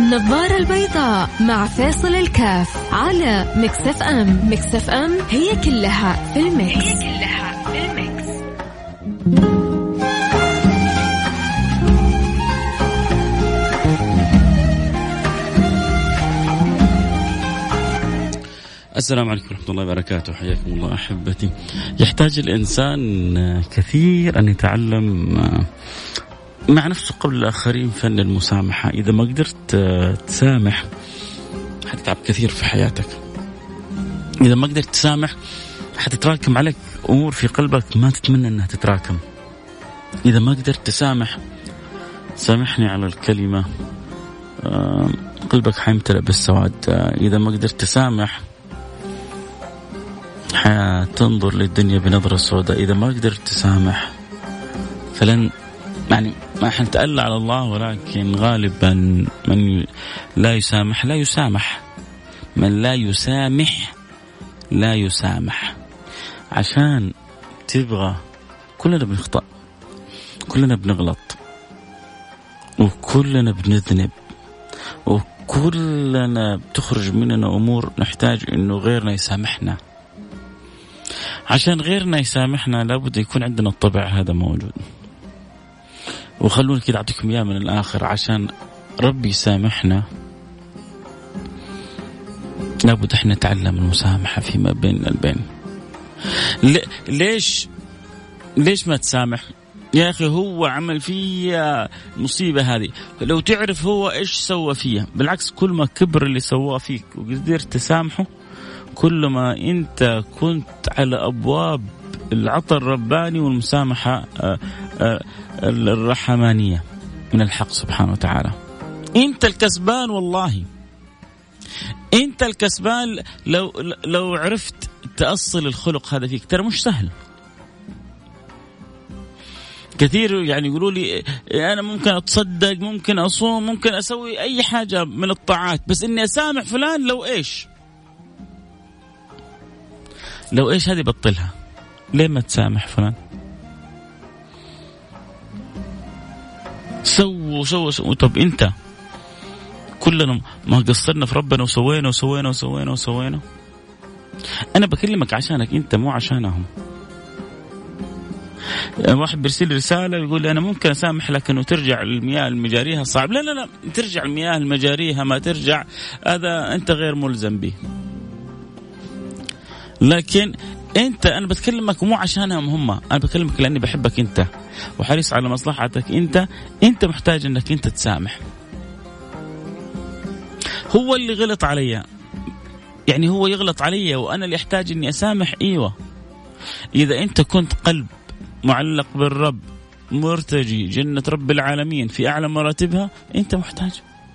النظارة البيضاء مع فاصل الكاف على ميكس اف ام. ميكس اف ام هي كلها في الميكس. السلام عليكم ورحمة الله وبركاته. حياكم الله أحبتي. يحتاج الإنسان كثير أن يتعلم مع نفسه قبل الآخرين فن المسامحة. إذا ما قدرت تسامح حتتعب كثير في حياتك. إذا ما قدرت تسامح حتتراكم عليك أمور في قلبك ما تتمنى أنها تتراكم. إذا ما قدرت تسامح، سامحني على الكلمة، قلبك حيمتلئ بالسواد. إذا ما قدرت تسامح حتنظر للدنيا بنظرة سوداء. إذا ما قدرت تسامح فلن ما حنتألى على الله، ولكن غالبا من لا يسامح لا يسامح. من لا يسامح لا يسامح. عشان تبغى، كلنا بنخطأ، كلنا بنغلط، وكلنا بنذنب، وكلنا بتخرج مننا أمور نحتاج إنه غيرنا يسامحنا. عشان غيرنا يسامحنا لابد يكون عندنا الطبع هذا موجود. وخلوني كده أعطيكم إياه من الآخر. عشان ربي يسامحنا لابد إحنا نتعلم المسامحة فيما بيننا البين. ليش ما تسامح يا أخي؟ هو عمل فيها مصيبة هذه، لو تعرف هو إيش سوى فيها. بالعكس، كل ما كبر اللي سواه فيك وقدرت تسامحه، كل ما أنت كنت على أبواب العطاء الرباني والمسامحة الرحمانية من الحق سبحانه وتعالى. أنت الكسبان، والله أنت الكسبان لو عرفت تأصل الخلق هذا فيك. ترى مش سهل. كثير يعني يقولوا لي أنا ممكن أتصدق، ممكن أصوم، ممكن أسوي أي حاجة من الطاعات، بس إني أسامح فلان لو إيش هذه بطلها. ليه ما تسامح فلان؟ سووا. طب أنت كلنا ما قصرنا في ربنا وسوينا. أنا بكلمك عشانك أنت، مو عشانهم. واحد بيرسل رسالة يقول لي أنا ممكن أسامح لكن ترجع المياه المجاريها صعب. لا ترجع المياه المجاريها ما ترجع، هذا أنت غير ملزم به. لكن أنا بتكلمك مو عشانهم هم، أنا بكلمك لأني بحبك أنت وحريص على مصلحتك أنت محتاج أنك أنت تسامح. هو اللي غلط علي، يعني هو يغلط علي وأنا اللي أحتاج أني أسامح. إيوه، إذا أنت كنت قلب معلق بالرب مرتجي جنة رب العالمين في أعلى مراتبها، أنت محتاج.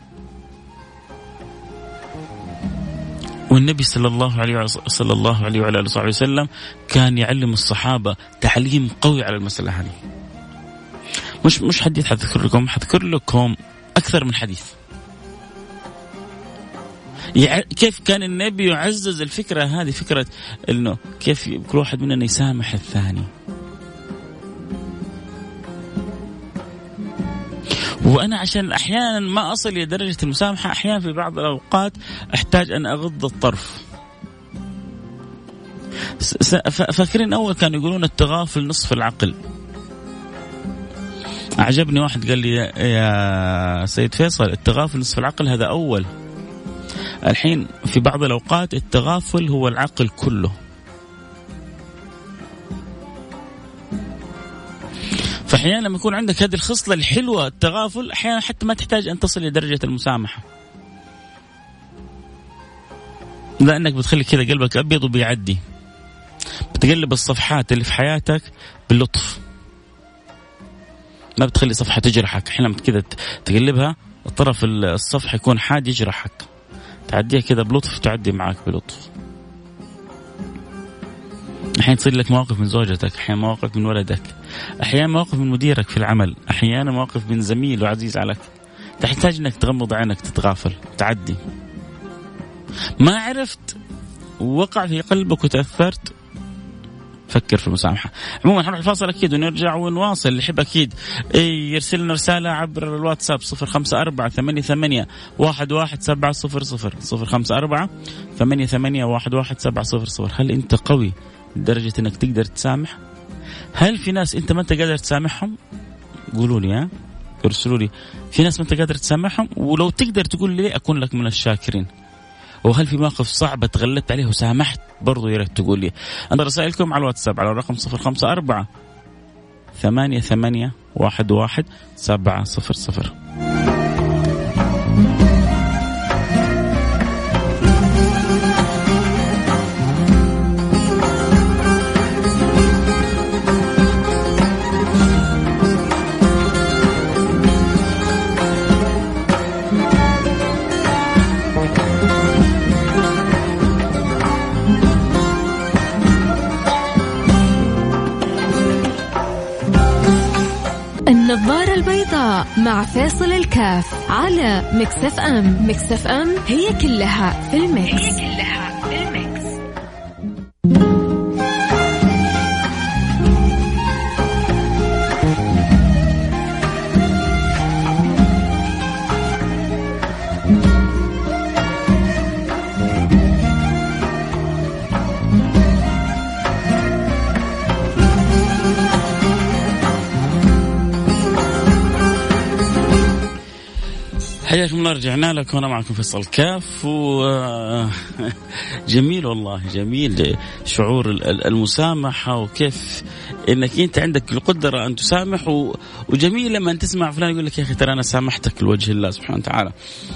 والنبي صلى الله عليه وعلى آله وسلم كان يعلم الصحابة تعليم قوي على المسألة هذه. مش حديث حذكر لكم أكثر من حديث. كيف كان النبي يعزز الفكرة هذه، فكرة إنه كيف كل واحد مننا يسامح الثاني. وأنا عشان أحيانا ما أصل إلى درجة المسامحة، أحيانا في بعض الأوقات أحتاج أن أغض الطرف. فاكرين أول كانوا يقولون التغافل نصف العقل. أعجبني واحد قال لي يا سيد فيصل التغافل نصف العقل، هذا أول. الحين في بعض الأوقات التغافل هو العقل كله. فأحيانا لما يكون عندك هذه الخصلة الحلوة التغافل، أحيانا حتى ما تحتاج أن تصل لدرجة المسامحة، لأنك بتخلي كذا قلبك أبيض وبيعدي. بتقلب الصفحات اللي في حياتك باللطف، ما بتخلي صفحة تجرحك. أحيانا كذا تقلبها الطرف الصفحة يكون حاد يجرحك، تعديها كذا بلطف، تعدي معك بلطف. أحيانا تصير لك مواقف من زوجتك، أحيانا مواقف من ولدك، أحيانا مواقف من مديرك في العمل، أحيانا مواقف من زميل وعزيز عليك. تحتاج أنك تغمض عينك، تتغافل، تعدي. ما عرفت، وقع في قلبك وتأثرت، نفكر في المسامحة. عموما حنروح الفاصل أكيد ونرجع ونواصل. اللي يحب أكيد يرسل لنا رسالة عبر الواتساب 0548811700 0548811700. هل أنت قوي لدرجة أنك تقدر تسامح؟ هل في ناس أنت ما أنت قادر تسامحهم؟ قولوا لي، ارسلوا لي. في ناس ما أنت قادر تسامحهم، ولو تقدر تقول لي أكون لك من الشاكرين. وهل في مواقف صعبة تغلبت عليه وسامحت؟ برضو يا ريت تقول لي. أنت رسائلكم على الواتساب على الرقم 0548811700. النظارة البيضاء مع فاصل الكاف على مكسف أم. مكسف أم هي كلها في المكس. حياكم الله، رجعنا لك وانا معكم فيصل كاف. جميل والله، جميل شعور المسامحة، وكيف انك انت عندك القدرة ان تسامح. وجميل لما انت تسمع فلان يقول لك يا اخي ترى انا سامحتك لوجه الله سبحانه وتعالى.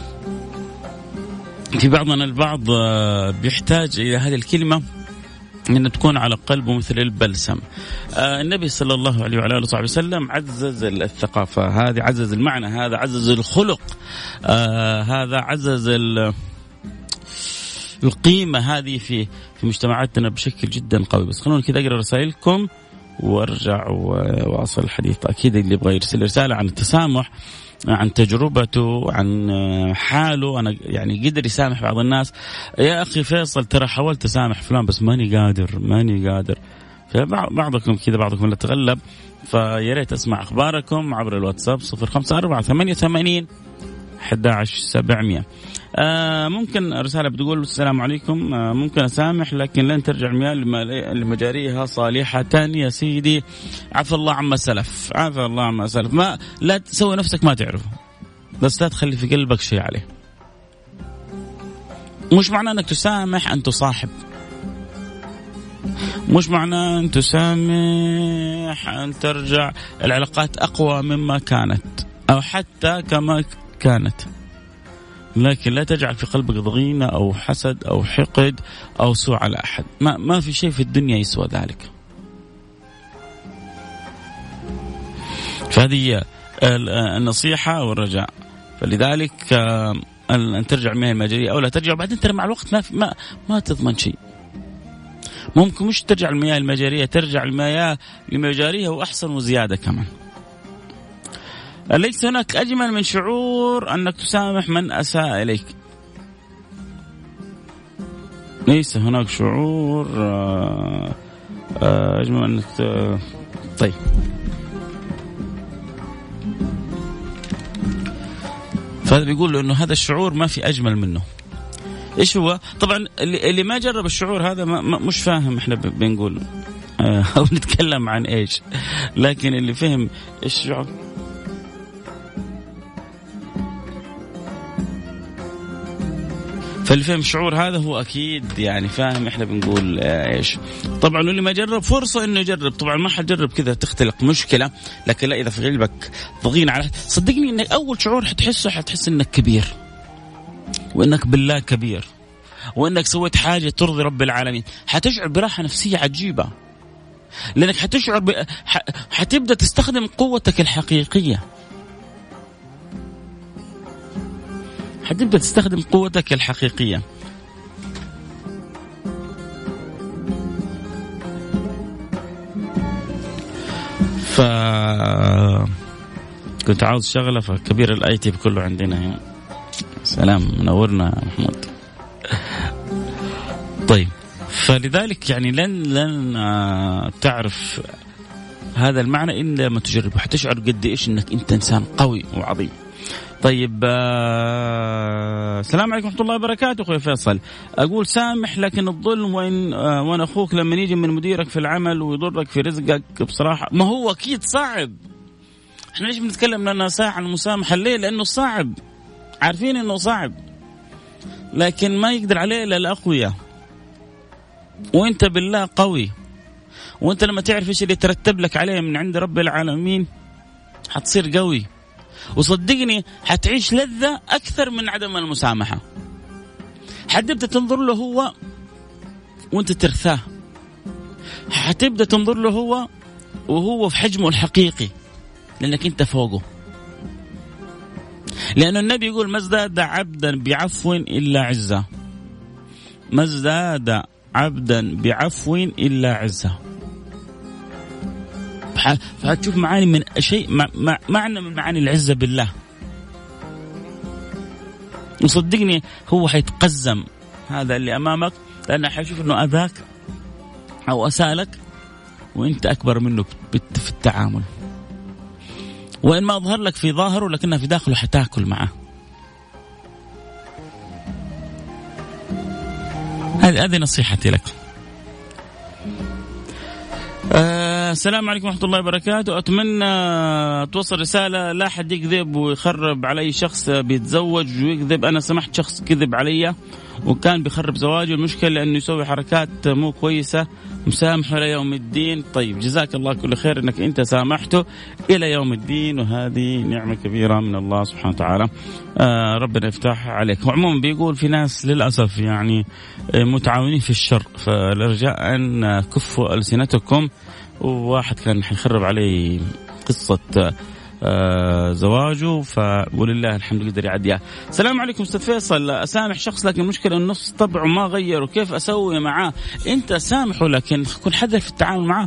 في بعضنا البعض بيحتاج الى هذه الكلمة أن تكون على قلبه مثل البلسم. النبي صلى الله عليه وعلى آله وصحبه وسلم عزز الثقافة هذه، عزز المعنى هذا، عزز الخلق هذا، عزز القيمة هذه في مجتمعاتنا بشكل جدا قوي. بس خلونا كذا أقرأ رسائلكم وارجع واصل الحديث. أكيد اللي يبغى يرسل رسالة عن التسامح، عن تجربته، عن حاله، أنا يعني قدر يسامح بعض الناس. يا أخي فيصل ترى حاولت أسامح فلان بس ماني قادر. فبعضكم كذا، بعضكم لا تغلب. فيا ريت أسمع أخباركم عبر الواتساب 0548811700. ممكن رسالة بتقول السلام عليكم، ممكن أسامح لكن لن ترجع المياه لمجاريها صالحة يا سيدي. عفى الله عما سلف، عفى الله عما سلف. ما لا تسوي نفسك ما تعرف، بس لا تخلي في قلبك شيء عليه. مش معنى أنك تسامح أن تصاحب، مش معنى أن تسامح أن ترجع العلاقات أقوى مما كانت أو حتى كما كانت. لكن لا تجعل في قلبك ضغينة أو حسد أو حقد أو سوء على أحد. ما في شيء في الدنيا يسوى ذلك. فهذه النصيحة والرجاء. فلذلك أن ترجع مياه المجارية أو لا ترجع. بعدين ترى مع الوقت ما تضمن شيء. ممكن مش ترجع المياه المجارية، ترجع المياه لمجاريها وأحسن وزيادة كمان. ليس هناك أجمل من شعور أنك تسامح من أساء إليك. ليس هناك شعور أجمل أنك طيب، فهذا بيقول له أنه هذا الشعور ما في أجمل منه. إيش هو؟ طبعا اللي ما جرب الشعور هذا مش فاهم إحنا بنقول أو نتكلم عن إيش. لكن اللي فهم الشعور، فاللي فهم الشعور هذا هو أكيد يعني فاهم إحنا بنقول إيش. طبعا اللي ما جرب فرصة إنه يجرب. طبعا ما حتجرب كذا تختلق مشكلة. لكن لا، إذا في قلبك ضغين على، صدقني إنك أول شعور حتحس إنك كبير، وإنك بالله كبير، وإنك سويت حاجة ترضي رب العالمين. حتشعر براحة نفسية عجيبة، لأنك حتشعر حتبدأ تستخدم قوتك الحقيقية. حتبدأ تستخدم قوتك الحقيقية. كنت عاوز شغلة فكبير الآيتي بكله عندنا هنا. سلام، منورنا محمود. طيب، فلذلك يعني لن تعرف هذا المعنى إلا لما تجربه، حتشعر قد إيش إنك أنت إنسان قوي وعظيم. طيب السلام عليكم ورحمة الله وبركاته. أخوي فيصل أقول سامح، لكن الظلم وين أخوك لما يجي من مديرك في العمل ويضرك في رزقك بصراحة ما هو أكيد صعب. إحنا ليش بنتكلم لنا ساعة عن المسامحة؟ ليه؟ لأنه صعب، عارفين إنه صعب، لكن ما يقدر عليه إلا الأقوياء. وإنت بالله قوي، وإنت لما تعرف إيش اللي يترتب لك عليه من عند رب العالمين حتصير قوي، وصدقني حتعيش لذة أكثر من عدم المسامحة. حتبدأ تنظر له هو وانت ترثاه، حتبدأ تنظر له هو وهو في حجمه الحقيقي، لأنك انت فوقه. لأن النبي يقول ما ازداد عبدا بعفو إلا عزة، ما ازداد عبدا بعفو إلا عزة. فهتشوف معاني من شيء معنى من معاني العزة بالله، وصدقني هو حيتقزم هذا اللي أمامك، لأنه حيشوف أنه أذاك أو أسالك وإنت أكبر منه في التعامل، وإن ما أظهر لك في ظاهره لكنها في داخله حتاكل معه. هذه نصيحتي لك. السلام عليكم ورحمة الله وبركاته. أتمنى توصل رسالة لا حد يكذب ويخرب علي شخص بيتزوج ويكذب. أنا سمحت شخص كذب علي وكان بيخرب زواجه، المشكلة لأنه يسوي حركات مو كويسة، مسامحه إلى يوم الدين. طيب جزاك الله كل خير أنك أنت سامحته إلى يوم الدين، وهذه نعمة كبيرة من الله سبحانه وتعالى، ربنا يفتح عليك. وعموما بيقول في ناس للأسف يعني متعاونين في الشر، فالرجاء أن كفوا ألسنتكم. وواحد كان حيخرب عليه قصة زواجه، ولله الحمد قدر يعديها. السلام عليكم أستاذ فيصل، أسامح شخص لكن المشكلة النص طبعه ما غيره، كيف أسوي معاه؟ أنت سامحه لكن كن حذر في التعامل معاه،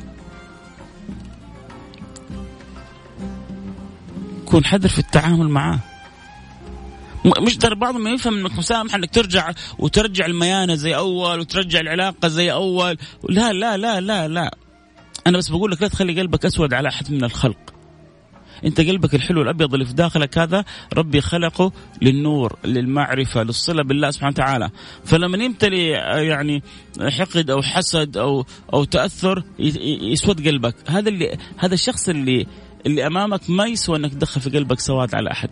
كن حذر في التعامل معاه. مش ترى بعضهم ما يفهم انك مسامح انك ترجع وترجع الميانة زي أول وترجع العلاقة زي أول. لا لا لا لا لا، أنا بس بقول لك لا تخلي قلبك أسود على أحد من الخلق. أنت قلبك الحلو الأبيض اللي في داخلك هذا ربي خلقه للنور، للمعرفة، للصلة بالله سبحانه وتعالى. فلما يمتلي يعني حقد أو حسد أو تأثر يسود قلبك. هذا الشخص اللي أمامك ما يسوى أنك تدخل في قلبك سواد على أحد.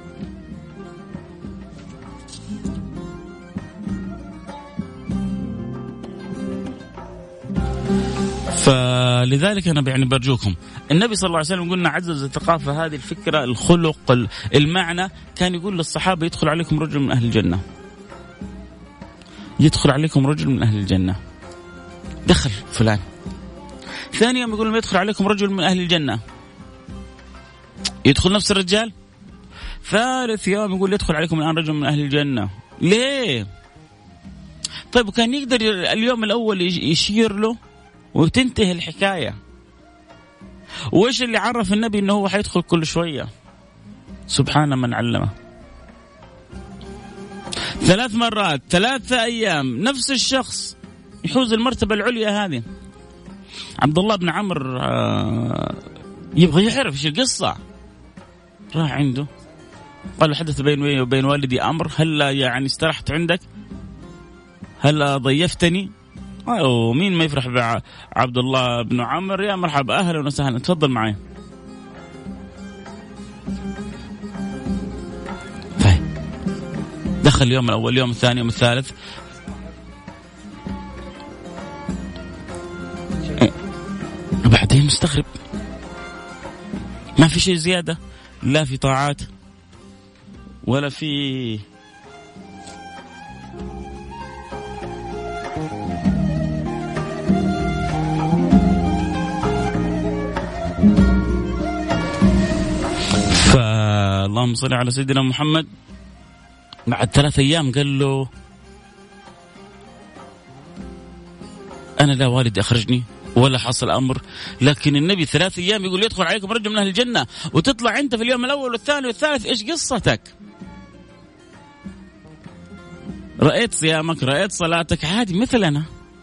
فلذلك أنا يعني برجوكم، النبي صلى الله عليه وسلم قلنا عزز الثقافة هذه الفكرة، الخلق، المعنى. كان يقول للصحابة يدخل عليكم رجل من أهل الجنة، يدخل عليكم رجل من أهل الجنة، دخل فلان. ثاني يوم يقول لهم يدخل عليكم رجل من أهل الجنة، يدخل نفس الرجال. ثالث يوم يقول يدخل عليكم الآن رجل من أهل الجنة. ليه؟ طيب كان يقدر اليوم الأول يشير له وتنتهي الحكاية. وإيش اللي عرف النبي إنه هو حيدخل كل شوية؟ سبحان من علمه. 3 مرات 3 أيام نفس الشخص يحوز المرتبة العليا هذه. عبد الله بن عمرو يبغى يعرف إيش القصة، راح عنده قال له حدث بيني وبين والدي أمر، هل يعني استرحت عندك، هل ضيفتني؟ ومين ما يفرح بعبد الله بن عمرو؟ يا مرحبا أهلا وسهلا، تفضل معي. طيب دخل اليوم الأول، اليوم الثاني، اليوم الثالث، وبعدين مستغرب ما في شيء زيادة، لا في طاعات ولا في اللهم صل على سيدنا محمد. بعد 3 أيام قال له أنا لا والدي أخرجني ولا حصل أمر، لكن النبي 3 أيام يقول يدخل عليكم رجل من أهل الجنة، وتطلع أنت في اليوم الأول والثاني والثالث. إيش قصتك؟ رأيت صيامك، رأيت صلاتك عادي مثلنا،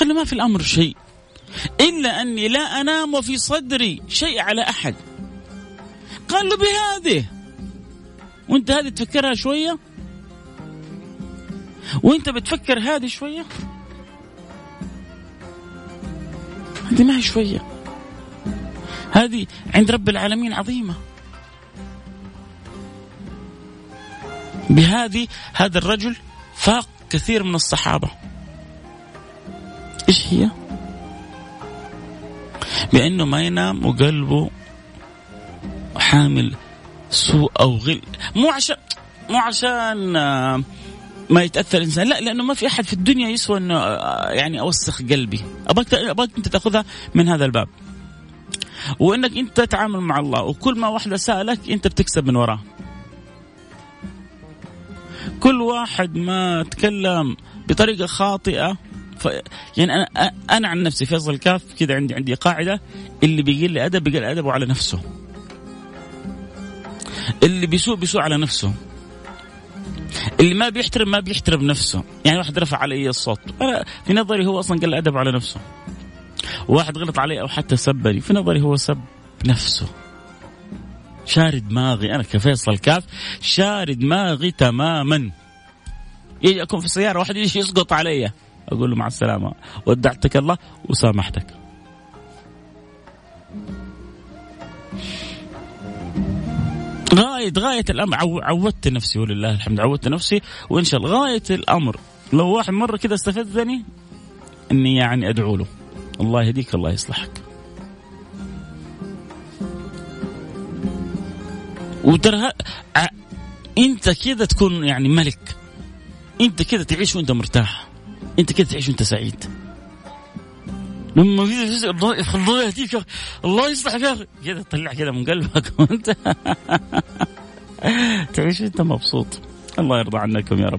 قال له ما في الأمر شيء إلا أني لا أنام وفي صدري شيء على أحد. قال له بهذه، وانت هذه تفكرها شوية، وانت بتفكر هذه شوية، هذه ما هي شوية، هذه عند رب العالمين عظيمة. بهذه هذا الرجل فاق كثير من الصحابة. إيش هي؟ بأنه ما ينام وقلبه حامل سوء أو غل، مو عشان ما يتأثر الإنسان، لا، لأنه ما في أحد في الدنيا يسوى أنه يعني أوسخ قلبي. أبغاك أنت تأخذها من هذا الباب، وإنك أنت تتعامل مع الله، وكل ما واحدة سألك أنت بتكسب من وراه. كل واحد ما تكلم بطريقة خاطئة يعني أنا عن نفسي فيصل الكاف كذا عندي قاعدة: اللي بيقل لي أدب بيقل أدبه على نفسه، اللي بيسوء على نفسه، اللي ما بيحترم نفسه. يعني واحد رفع علي الصوت، أنا في نظري هو أصلا قل أدب على نفسه. واحد غلط علي أو حتى سبني، في نظري هو سب نفسه. شارد دماغي أنا كفيصل كاف، شارد دماغي تماما. يجي أكون في السيارة واحد يجي يسقط علي، أقول له مع السلامة، ودعتك الله وسامحتك. غاية الأمر عودت نفسي، ولله الحمد عودت نفسي، وإن شاء الله غاية الأمر لو واحد مرة كده استفزني إني يعني أدعو له: الله يهديك، الله يصلحك. وترى أنت كده تكون يعني ملك، أنت كده تعيش وأنت مرتاح، أنت كده تعيش وأنت سعيد. لما الله يهديك، الله يصلحك يا أخي، كده تطلع كده من قلبك وأنت تعيش وأنت مبسوط. الله يرضى عنكم يا رب.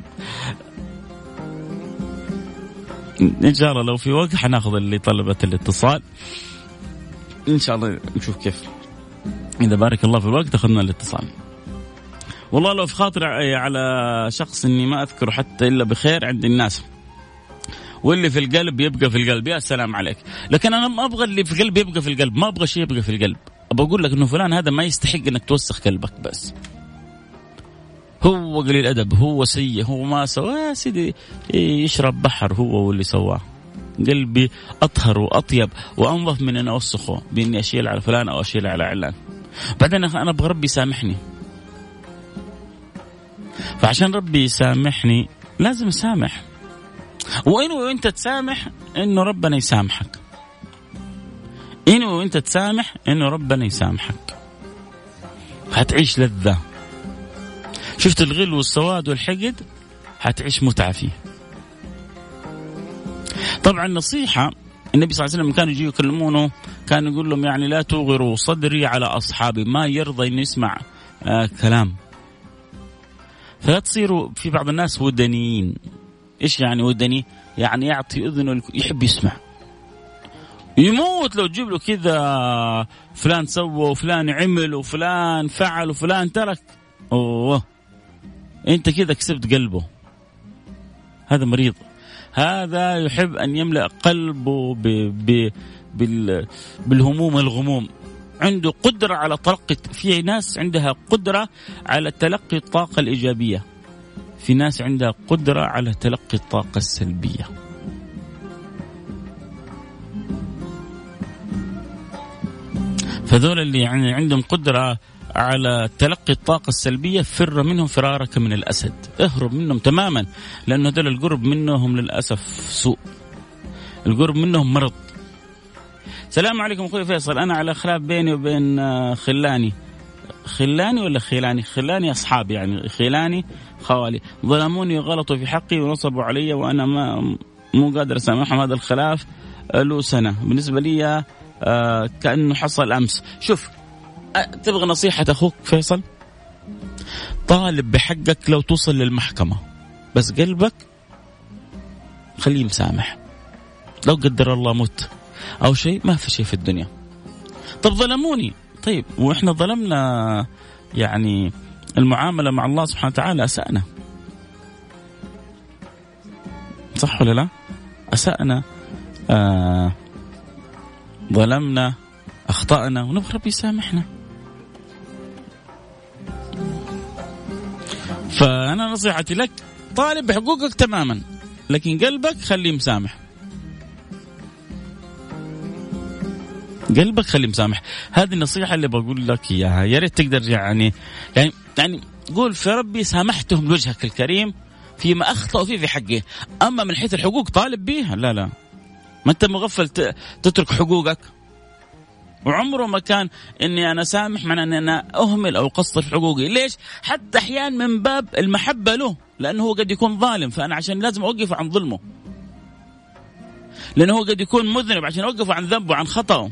إن شاء الله لو في وقت حناخذ اللي طلبت الاتصال إن شاء الله، نشوف كيف إذا بارك الله في الوقت أخذنا الاتصال. والله لو في خاطر على شخص إني ما أذكره حتى إلا بخير عند الناس، واللي في القلب يبقى في القلب، يا سلام عليك. لكن أنا ما أبغى اللي في القلب يبقى في القلب، ما أبغى شيء يبقى في القلب. أبغى أقول لك إنه فلان هذا ما يستحق إنك توسخ قلبك، بس هو قليل أدب، هو سيء، هو ما سوى سيدي، يشرب بحر هو واللي سواه. قلبي أطهر وأطيب وأنظف من أن أوسخه بإني أشيل على فلان أو أشيل على علان. بعدين أنا أبغى ربي يسامحني، فعشان ربي يسامحني لازم أسامح. وأنت تسامح إنه ربنا يسامحك، وأنت تسامح إنه ربنا يسامحك، هتعيش لذة. شفت الغل والسواد والحقد، هتعيش متعة فيه. طبعا نصيحة النبي صلى الله عليه وسلم كانوا يجوا يكلمونه، كان يقول لهم يعني لا توغروا صدري على أصحابي، ما يرضى إنه يسمع كلام. فلا تصيروا في بعض الناس ودنيين. إيش يعني ودني؟ يعني يعطي أذنه، يحب يسمع، يموت لو تجيب له كذا فلان سوى وفلان عمل وفلان فعل وفلان ترك. أوه، أنت كذا كسبت قلبه. هذا مريض، هذا يحب أن يملأ قلبه بالهموم الغموم. عنده قدرة على تلقي، في ناس عندها قدرة على تلقي الطاقة الإيجابية، في ناس عندها قدرة على تلقي الطاقة السلبية. فذول اللي يعني عندهم قدرة على تلقي الطاقة السلبية، فر منهم فرارك من الأسد، اهرب منهم تماما، لأنه هذول القرب منهم للأسف سوء، القرب منهم مرض. السلام عليكم أخوي فيصل، أنا على خلاف بيني وبين خلاني ولا خيلاني؟ خلاني أصحاب، يعني خيلاني خوالي، ظلموني وغلطوا في حقي ونصبوا علي، وأنا مو قادر أسامحهم. هذا الخلاف له سنة، بالنسبة لي كأنه حصل أمس. شوف، تبغى نصيحة أخوك فيصل؟ طالب بحقك لو توصل للمحكمة، بس قلبك خليه مسامح. لو قدر الله مت أو شيء، ما في شيء في الدنيا. طب ظلموني، طيب وإحنا ظلمنا، يعني المعاملة مع الله سبحانه وتعالى أسأنا، صح ولا لا؟ أسأنا، ظلمنا أخطأنا ونبغى ربي يسامحنا. فأنا نصيحتي لك طالب بحقوقك تماما، لكن قلبك خليه مسامح، قلبك خليه مسامح. هذه النصيحة اللي بقول لك إياها. يا ريت تقدر يعني قول في ربي سامحتهم لوجهك الكريم فيما أخطأوا فيه في حقه. أما من حيث الحقوق طالب بيها، لا ما أنت مغفل تترك حقوقك. وعمره ما كان إني أنا سامح معنى أني أنا أهمل أو قصر في حقوقي. ليش؟ حتى أحيانا من باب المحبة له، لأنه هو قد يكون ظالم، فأنا عشان لازم أوقفه عن ظلمه، لأنه هو قد يكون مذنب عشان أوقفه عن ذنبه وعن خطأه.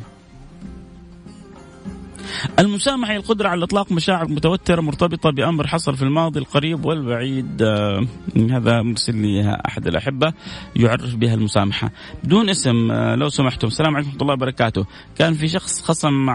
المسامحة هي القدرة على إطلاق مشاعر متوترة مرتبطة بأمر حصل في الماضي القريب والبعيد. هذا مرسل لي أحد الأحبة يعرف بها المسامحة بدون اسم. لو سمحتم. السلام عليكم ورحمة الله وبركاته. كان في شخص خصم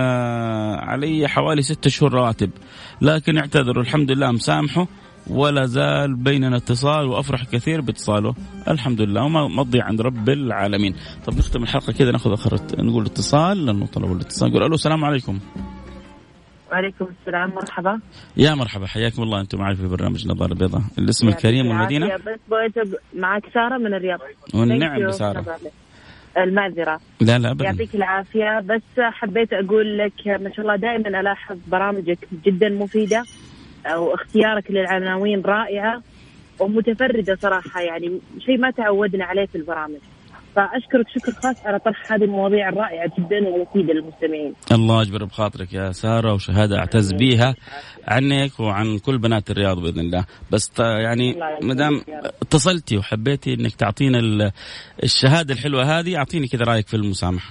علي حوالي 6 شهور رواتب، لكن اعتذر الحمد لله مسامحه ولا زال بيننا اتصال وأفرح كثير باتصاله الحمد لله وما مضي عند رب العالمين. طب نختم الحلقة كذا، ناخذ نقول اتصال لأنه طلبوا الاتصال. نقول ألو السلام عليكم. وعليكم السلام. مرحبا. يا مرحبا، حياكم الله. أنتم معي في برنامج نظارة بيضاء. الاسم الكريم والمدينة؟ بس بغيت معك سارة من الرياض. والنعم بسارة. المعذرة. لا أبدا. يعطيك العافية. بس حبيت أقول لك ما شاء الله دائما ألاحظ برامجك جدا مفيدة، أو اختيارك للعناوين رائعة ومتفردة صراحة، يعني شيء ما تعودنا عليه في البرامج. فأشكرك شكر خاص على طرح هذه المواضيع الرائعة جدا ومفيدة للمستمعين. الله يجبر بخاطرك يا سارة، وشهادة أعتز بيها عنك وعن كل بنات الرياض بإذن الله. بس يعني مدام اتصلتي وحبيتي إنك تعطينا الشهادة الحلوة هذه، أعطيني كذا رأيك في المسامحة.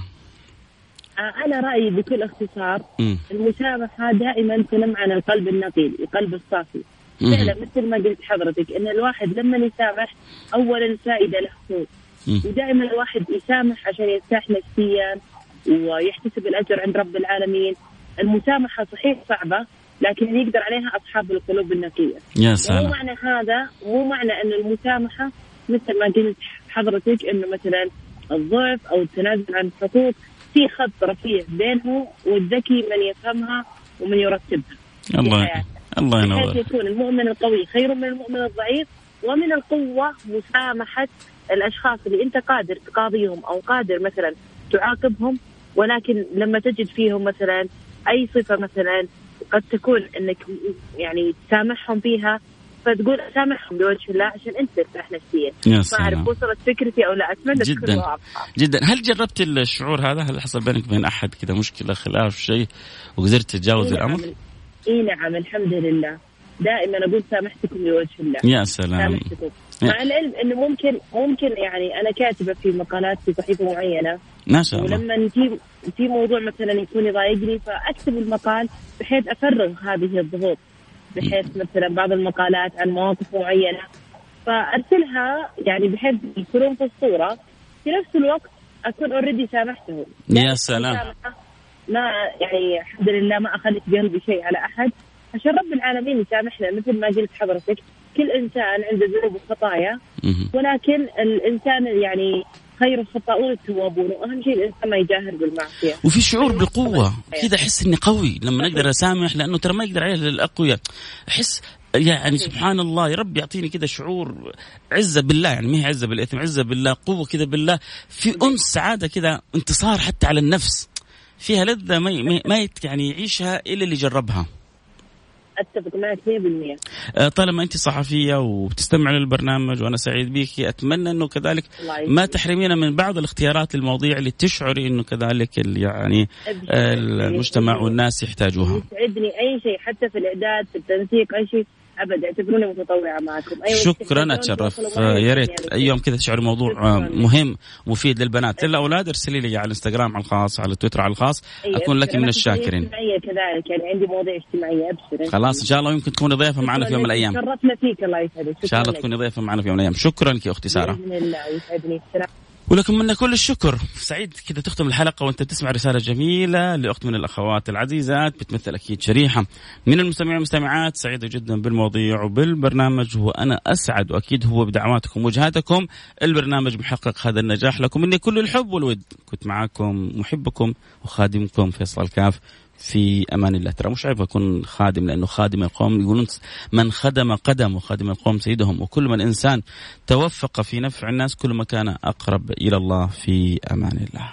أنا رأيي بكل اختصار المسامحة دائما تنم عن القلب النقي، القلب الصافي. فعلا مثل ما قلت حضرتك إن الواحد لما يسامح أولا الفائدة له، ودائما الواحد يسامح عشان يرتاح نفسيا ويحتسب الأجر عند رب العالمين. المسامحة صحيح صعبة، لكن يقدر عليها أصحاب القلوب النقية. يا سلام. مو معنى هذا، مو معنى أن المسامحة مثل ما قلت حضرتك إنه مثلا الضعف أو التنازل عن الحقوق. في خط رفيع بينه والذكي من يفهمها ومن يرتبها. الله ينور. يكون المؤمن القوي خير من المؤمن الضعيف. ومن القوة مسامحة الأشخاص اللي أنت قادر تقاضيهم أو قادر مثلا تعاقبهم، ولكن لما تجد فيهم مثلا أي صفة مثلا قد تكون أنك يعني تسامحهم فيها، فتقول أسامحهم بوجه الله عشان أنت ترتاح نفسيا. ما أعرف وصلت فكرتي أو لا، أتمنى تكون واضحة جدا. هل جربت الشعور هذا؟ هل حصل بينك وبين أحد كذا مشكلة خلاف شيء وقدرت تتجاوز الأمر؟ نعم الحمد لله. دائما أقول سامحتكم بوجه الله. يا سلام. سامحتكم. مع العلم إنه ممكن يعني أنا كاتبة في مقالات في صحيفة معينة ما شاء الله، ولما في موضوع مثلا يكون يضايقني فأكتب المقال بحيث أفرغ هذه الضغوط، بحيث مثلا بعض المقالات عن مواقف معينة فأرسلها يعني بحيث يكونون في الصورة، في نفس الوقت أكون أوريدي سامحتهم. يا سلام. ما يعني الحمد لله ما أخذت بقلبي شيء على أحد عشان رب العالمين يسامحنا. مثل ما قلت حضرتك كل إنسان عنده ذنوب وخطايا، ولكن الإنسان يعني خير الخطاؤون التوابون، وأهم شيء الإنسان ما يجاهر بالمعصية. وفي شعور بالقوة كذا، أحس إني قوي لما نقدر أسامح، لأنه ترى ما يقدر عليه للأقوياء. أحس يعني سبحان الله، يا رب يعطيني كذا شعور عزة بالله، يعني ما هي عزة بالإثم، عزة بالله، قوة كذا بالله، في أنس سعادة كذا، انتصار حتى على النفس، فيها لذة ما يعني يعيشها إلا اللي جربها. أتفق معك 100%. طالما أنت صحفية وبتستمع للبرنامج وأنا سعيد بيك، أتمنى أنه كذلك ما تحرمينا من بعض الاختيارات للمواضيع اللي تشعري أنه كذلك يعني المجتمع والناس يحتاجوها. يسعدني أي شيء، حتى في الإعداد في التنسيق أي شيء أبدا، اعتبروني متطوعة معكم. شكرا، أتشرف. يا ريت أي يوم كذا تشعري موضوع مهم مفيد للبنات للأولاد، ارسلي لي على الانستغرام على الخاص، على تويتر على الخاص، أكون لك من الشاكرين. كذلك يعني عندي مواضيع اجتماعية. أبشر. خلاص إن شاء الله يمكن تكوني ضيفة معنا في يوم من الأيام. شرفنا فيك، الله يسعدك. إن شاء الله تكوني ضيفة معنا في يوم من الأيام. شكرا لك يا أختي سارة. بإذن الله، يسعدني. ولكم منا كل الشكر. سعيد كذا تختم الحلقة وانت تسمع رسالة جميلة لأخت من الأخوات العزيزات بتمثل أكيد شريحة من المستمعين والمستمعات. سعيدة جدا بالمواضيع وبالبرنامج، وأنا أسعد وأكيد هو بدعواتكم وجهاتكم البرنامج محقق هذا النجاح. لكم مني كل الحب والود. كنت معاكم محبكم وخادمكم فيصل الكاف. في أمان الله. ترى مش عيب أكون خادم، لأنه خادم القوم يقولون من خدم قدم وخادم القوم سيدهم، وكل من إنسان توفق في نفع الناس كل ما كان أقرب إلى الله. في أمان الله.